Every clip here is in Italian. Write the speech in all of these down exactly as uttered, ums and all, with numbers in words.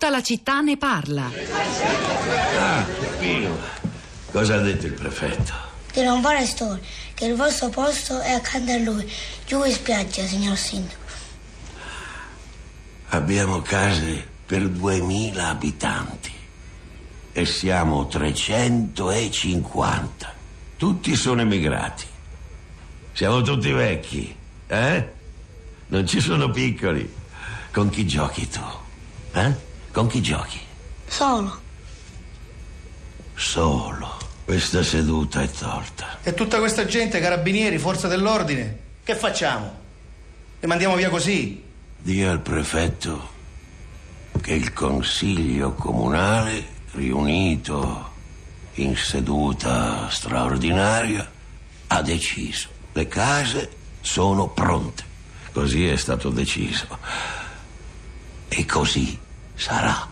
Tutta la città ne parla. Ah, Pino, cosa ha detto il prefetto? Di non fare storie, che il vostro posto è accanto a lui, giù in spiaggia, signor sindaco. Abbiamo case per duemila abitanti e siamo trecentocinquanta. Tutti sono emigrati. Siamo tutti vecchi, eh? Non ci sono piccoli. Con chi giochi tu? Eh? Con chi giochi? Solo. Solo. Questa seduta è tolta. E tutta questa gente, carabinieri, forze dell'ordine, che facciamo? Le mandiamo via così? Dì al prefetto che il consiglio comunale, riunito in seduta straordinaria, ha deciso. Le case sono pronte. Così è stato deciso. E così sarà.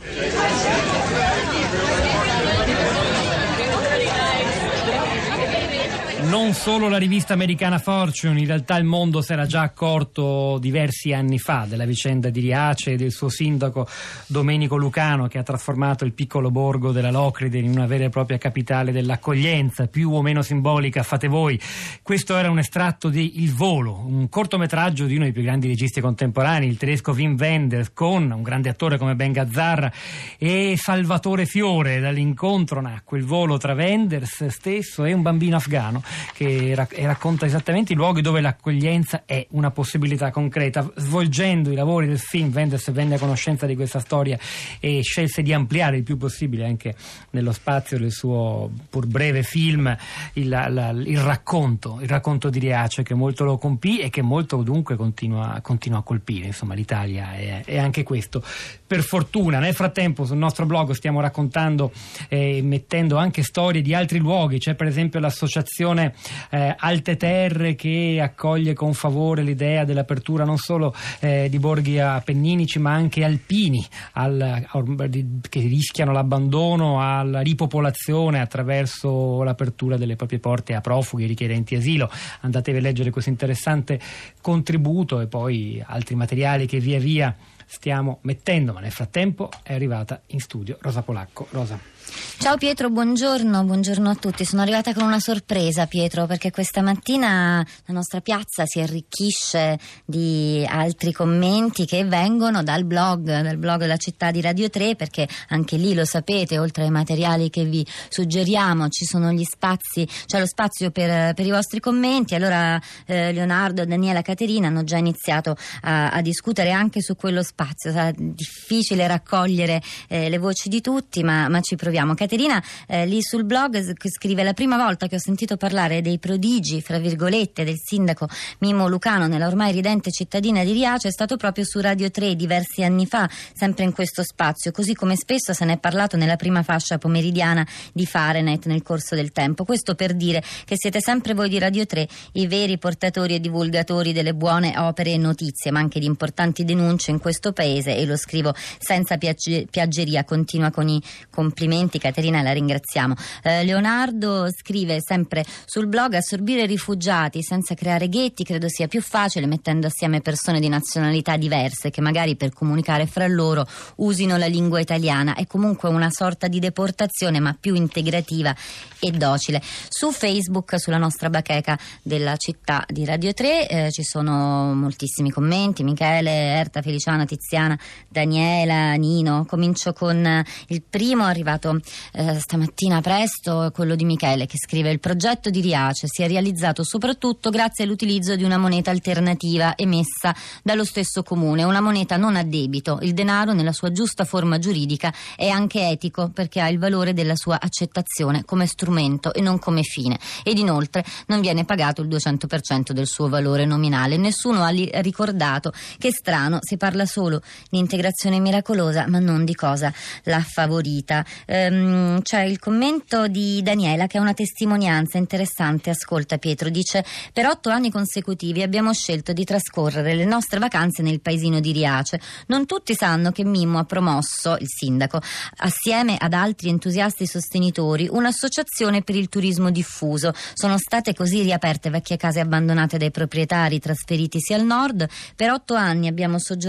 Non solo la rivista americana Fortune, in realtà il mondo si era già accorto diversi anni fa della vicenda di Riace e del suo sindaco Domenico Lucano, che ha trasformato il piccolo borgo della Locride in una vera e propria capitale dell'accoglienza, più o meno simbolica, fate voi. Questo era un estratto di Il Volo, un cortometraggio di uno dei più grandi registi contemporanei, il tedesco Wim Wenders, con un grande attore come Ben Gazzara e Salvatore Fiore. Dall'incontro nacque Il Volo tra Wenders stesso e un bambino afghano, che racconta esattamente i luoghi dove l'accoglienza è una possibilità concreta. Svolgendo i lavori del film, Wenders venne a conoscenza di questa storia e scelse di ampliare il più possibile anche nello spazio del suo pur breve film il, la, il racconto il racconto di Riace, che molto lo compì e che molto dunque continua, continua a colpire. Insomma, l'Italia è, è anche questo, per fortuna. Nel frattempo sul nostro blog stiamo raccontando e eh, mettendo anche storie di altri luoghi. C'è per esempio l'associazione Eh, Alte Terre, che accoglie con favore l'idea dell'apertura non solo eh, di borghi appenninici ma anche alpini al, a, che rischiano l'abbandono, alla ripopolazione attraverso l'apertura delle proprie porte a profughi e richiedenti asilo. Andatevi a leggere questo interessante contributo e poi altri materiali che via via stiamo mettendo, ma nel frattempo è arrivata in studio Rosa Polacco. Rosa. Ciao Pietro, buongiorno, buongiorno a tutti. Sono arrivata con una sorpresa, Pietro, perché questa mattina la nostra piazza si arricchisce di altri commenti che vengono dal blog, dal blog della città di Radio tre, perché anche lì, lo sapete, oltre ai materiali che vi suggeriamo ci sono gli spazi, c'è lo spazio per, per i vostri commenti. Allora eh, Leonardo, Daniela, Caterina hanno già iniziato a, a discutere anche su quello spazio. Sarà difficile raccogliere eh, le voci di tutti, ma, ma ci proviamo. Caterina eh, lì sul blog scrive: la prima volta che ho sentito parlare dei prodigi, fra virgolette, del sindaco Mimmo Lucano nella ormai ridente cittadina di Riace è stato proprio su Radio tre diversi anni fa, sempre in questo spazio, così come spesso se ne è parlato nella prima fascia pomeridiana di Fahrenheit nel corso del tempo. Questo per dire che siete sempre voi di Radio tre i veri portatori e divulgatori delle buone opere e notizie, ma anche di importanti denunce in questo paese, e lo scrivo senza piagge- piaggeria. Continua con i complimenti Caterina, la ringraziamo. Eh, Leonardo scrive sempre sul blog: assorbire rifugiati senza creare ghetti credo sia più facile mettendo assieme persone di nazionalità diverse che magari per comunicare fra loro usino la lingua italiana. È comunque una sorta di deportazione, ma più integrativa e docile. Su Facebook, sulla nostra bacheca della città di Radio tre, eh, ci sono moltissimi commenti. Michele, Erta, Feliciana, Tiziana, Daniela, Nino. Comincio con eh, il primo arrivato Eh, stamattina presto, quello di Michele, che scrive: il progetto di Riace si è realizzato soprattutto grazie all'utilizzo di una moneta alternativa emessa dallo stesso comune, una moneta non a debito. Il denaro nella sua giusta forma giuridica è anche etico, perché ha il valore della sua accettazione come strumento e non come fine, ed inoltre non viene pagato il duecento per cento del suo valore nominale. Nessuno ha li- ricordato che strano, si parla solo di integrazione miracolosa ma non di cosa l'ha favorita. Eh, C'è il commento di Daniela, che è una testimonianza interessante. Ascolta Pietro, dice: per otto anni consecutivi abbiamo scelto di trascorrere le nostre vacanze nel paesino di Riace. Non tutti sanno che Mimmo ha promosso, il sindaco, assieme ad altri entusiasti sostenitori, un'associazione per il turismo diffuso. Sono state così riaperte vecchie case abbandonate dai proprietari trasferitisi al nord. Per otto anni abbiamo soggiornato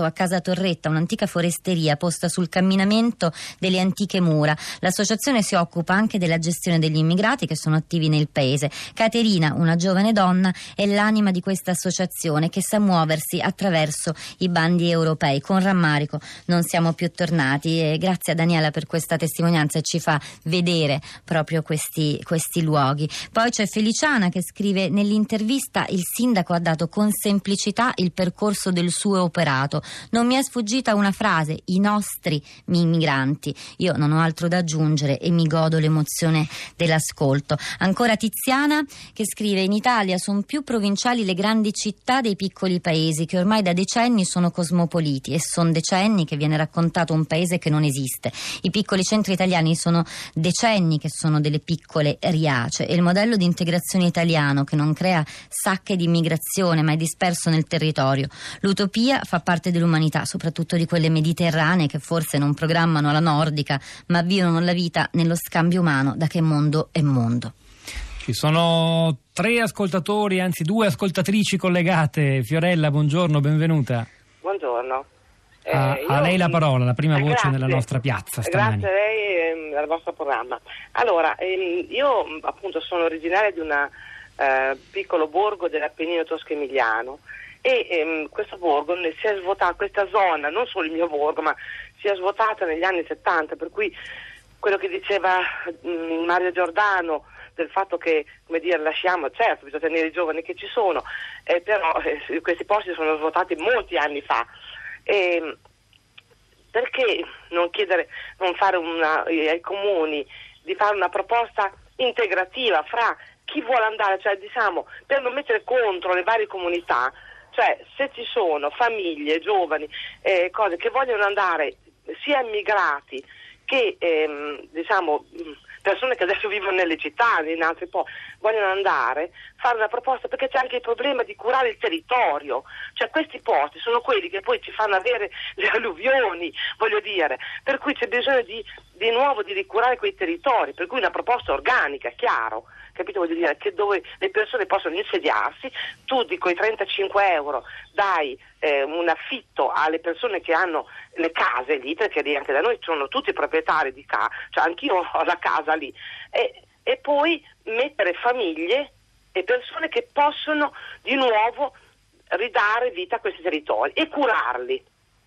a Casa Torretta, un'antica foresteria posta sul camminamento delle antiche mura. L'associazione si occupa anche della gestione degli immigrati che sono attivi nel paese. Caterina, una giovane donna, è l'anima di questa associazione che sa muoversi attraverso i bandi europei. Con rammarico non siamo più tornati, e grazie a Daniela per questa testimonianza, ci fa vedere proprio questi, questi luoghi. Poi c'è Feliciana che scrive: nell'intervista il sindaco ha dato con semplicità il percorso del suo operato. Non mi è sfuggita una frase: i nostri migranti. Io non ho altro da aggiungere e mi godo l'emozione dell'ascolto. Ancora Tiziana che scrive: in Italia sono più provinciali le grandi città dei piccoli paesi che ormai da decenni sono cosmopoliti, e sono decenni che viene raccontato un paese che non esiste. I piccoli centri italiani sono decenni che sono delle piccole riace, e il modello di integrazione italiano, che non crea sacche di immigrazione ma è disperso nel territorio. L'utopia fa parte dell'umanità, soprattutto di quelle mediterranee che forse non programmano alla nordica ma vivono la vita nello scambio umano da che mondo è mondo. Ci sono tre ascoltatori, anzi due ascoltatrici collegate. Fiorella, buongiorno, benvenuta. Buongiorno. Eh, a, io, a lei la parola, la prima voce grazie, nella nostra piazza stamani. Grazie a lei e al vostro programma. Allora, ehm, io appunto sono originaria di un eh, piccolo borgo dell'Appennino tosco-emiliano, e ehm, questo borgo si è svuotato, questa zona, non solo il mio borgo, ma si è svuotata negli anni settanta, per cui quello che diceva mh, Mario Giordano del fatto che, come dire, lasciamo, certo, bisogna tenere i giovani che ci sono, eh, però eh, questi posti sono svuotati molti anni fa. E perché non chiedere, non fare una, ai comuni di fare una proposta integrativa fra chi vuole andare, cioè diciamo, per non mettere contro le varie comunità, cioè se ci sono famiglie, giovani, eh, cose che vogliono andare, sia immigrati che ehm, diciamo persone che adesso vivono nelle città, in altri posti, vogliono andare, fare una proposta, perché c'è anche il problema di curare il territorio, cioè questi posti sono quelli che poi ci fanno avere le alluvioni, voglio dire, per cui c'è bisogno di, di nuovo di ricurare quei territori, per cui una proposta organica, chiaro, capito, voglio dire, che dove le persone possono insediarsi, tu di quei trentacinque euro dai eh, un affitto alle persone che hanno le case lì, perché lì anche da noi sono tutti proprietari di casa, cioè anch'io ho la casa lì, e, e poi mettere famiglie e persone che possono di nuovo ridare vita a questi territori e curarli.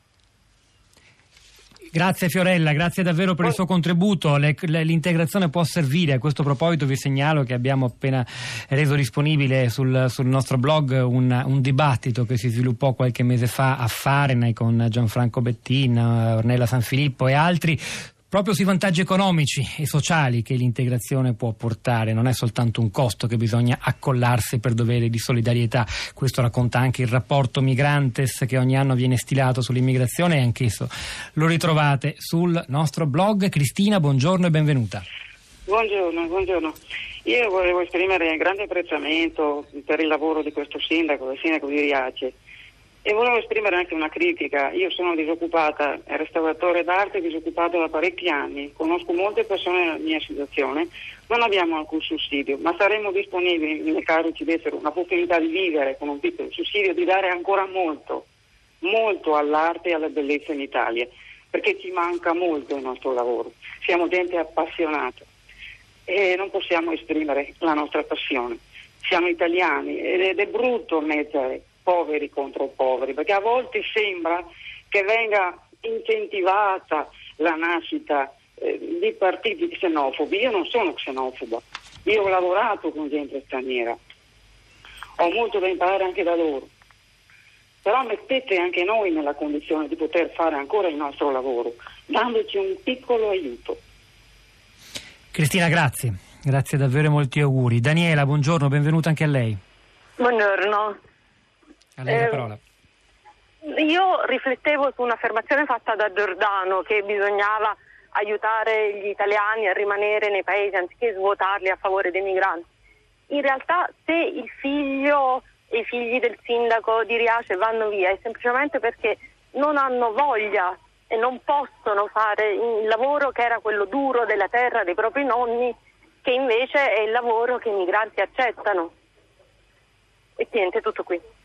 Grazie Fiorella, grazie davvero per il suo contributo. Le, le, l'integrazione può servire. A questo proposito vi segnalo che abbiamo appena reso disponibile sul, sul nostro blog un, un dibattito che si sviluppò qualche mese fa a Farenai con Gianfranco Bettin, Ornella Sanfilippo e altri, proprio sui vantaggi economici e sociali che l'integrazione può portare. Non è soltanto un costo che bisogna accollarsi per dovere di solidarietà. Questo racconta anche il rapporto Migrantes che ogni anno viene stilato sull'immigrazione, e anch'esso lo ritrovate sul nostro blog. Cristina, buongiorno e benvenuta. Buongiorno, buongiorno. Io volevo esprimere grande apprezzamento per il lavoro di questo sindaco, il sindaco di Riace. E volevo esprimere anche una critica. Io sono disoccupata, restauratore d'arte, disoccupato da parecchi anni, conosco molte persone nella mia situazione, non abbiamo alcun sussidio, ma saremmo disponibili, nel caso ci dessero un'opportunità di vivere con un piccolo sussidio, di dare ancora molto, molto all'arte e alla bellezza in Italia, perché ci manca molto il nostro lavoro. Siamo gente appassionata e non possiamo esprimere la nostra passione. Siamo italiani ed è brutto mettere poveri contro poveri, perché a volte sembra che venga incentivata la nascita eh, di partiti xenofobi. Io non sono xenofoba, io ho lavorato con gente straniera, ho molto da imparare anche da loro, però mettete anche noi nella condizione di poter fare ancora il nostro lavoro, dandoci un piccolo aiuto. Cristina, grazie, grazie davvero e molti auguri. Daniela, buongiorno, benvenuta anche a lei. Buongiorno. A lei la parola. Eh, io riflettevo su un'affermazione fatta da Giordano, che bisognava aiutare gli italiani a rimanere nei paesi anziché svuotarli a favore dei migranti. In realtà, se il figlio e i figli del sindaco di Riace vanno via è semplicemente perché non hanno voglia e non possono fare il lavoro che era quello duro della terra dei propri nonni, che invece è il lavoro che i migranti accettano. E niente, tutto qui.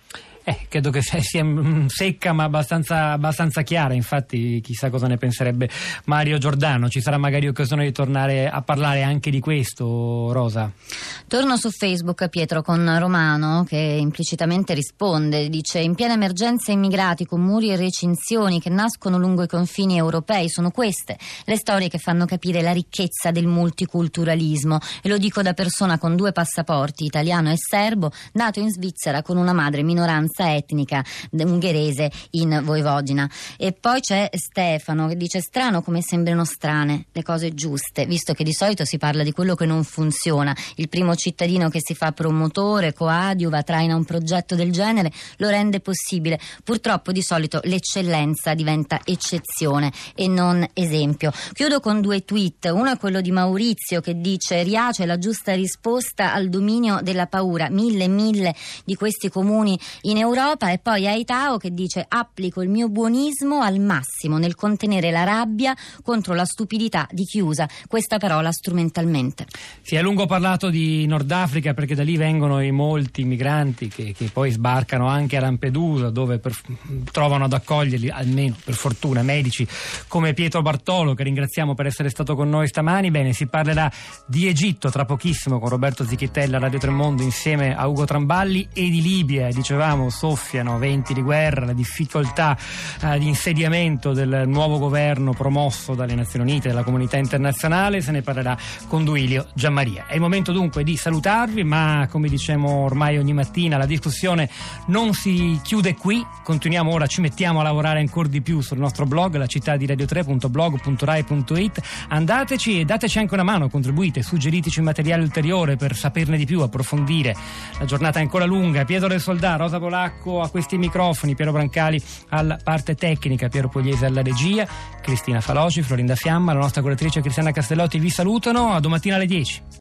Eh, credo che sia secca ma abbastanza, abbastanza chiara, infatti chissà cosa ne penserebbe Mario Giordano. Ci sarà magari occasione di tornare a parlare anche di questo, Rosa? Torno su Facebook, Pietro, con Romano che implicitamente risponde, dice: in piena emergenza immigrati con muri e recinzioni che nascono lungo i confini europei, sono queste le storie che fanno capire la ricchezza del multiculturalismo, e lo dico da persona con due passaporti, italiano e serbo, nato in Svizzera con una madre minoranza etnica ungherese in Voivodina. E poi c'è Stefano che dice: strano come sembrano strane le cose giuste, visto che di solito si parla di quello che non funziona. Il primo cittadino che si fa promotore, coadiuva, traina un progetto del genere, lo rende possibile. Purtroppo di solito l'eccellenza diventa eccezione e non esempio. Chiudo con due tweet. Uno è quello di Maurizio che dice: Riace è la giusta risposta al dominio della paura, mille e mille di questi comuni in Europa. E poi Aitao che dice: applico il mio buonismo al massimo nel contenere la rabbia contro la stupidità di chi usa questa parola strumentalmente. Si è a lungo parlato di Nord Africa perché da lì vengono i molti migranti che, che poi sbarcano anche a Lampedusa, dove per, trovano ad accoglierli, almeno per fortuna, medici come Pietro Bartolo, che ringraziamo per essere stato con noi stamani. Bene, si parlerà di Egitto tra pochissimo con Roberto Zichitella, Radio Tremondo, insieme a Ugo Tramballi, e di Libia. Dicevamo, soffiano venti di guerra, la difficoltà eh, di insediamento del nuovo governo promosso dalle Nazioni Unite e dalla comunità internazionale. Se ne parlerà con Duilio Giammaria. È il momento dunque di salutarvi, ma come diciamo ormai ogni mattina, la discussione non si chiude qui. Continuiamo ora, ci mettiamo a lavorare ancora di più sul nostro blog, la città di radio tre punto blog punto rai punto it. Andateci e dateci anche una mano, contribuite, suggeriteci materiale ulteriore per saperne di più, approfondire. La giornata è ancora lunga. Pietro del Soldà, Rosa Polacco a questi microfoni, Piero Brancali alla parte tecnica, Piero Pugliese alla regia, Cristina Faloci, Florinda Fiamma, la nostra curatrice Cristiana Castellotti vi salutano. A domattina alle dieci.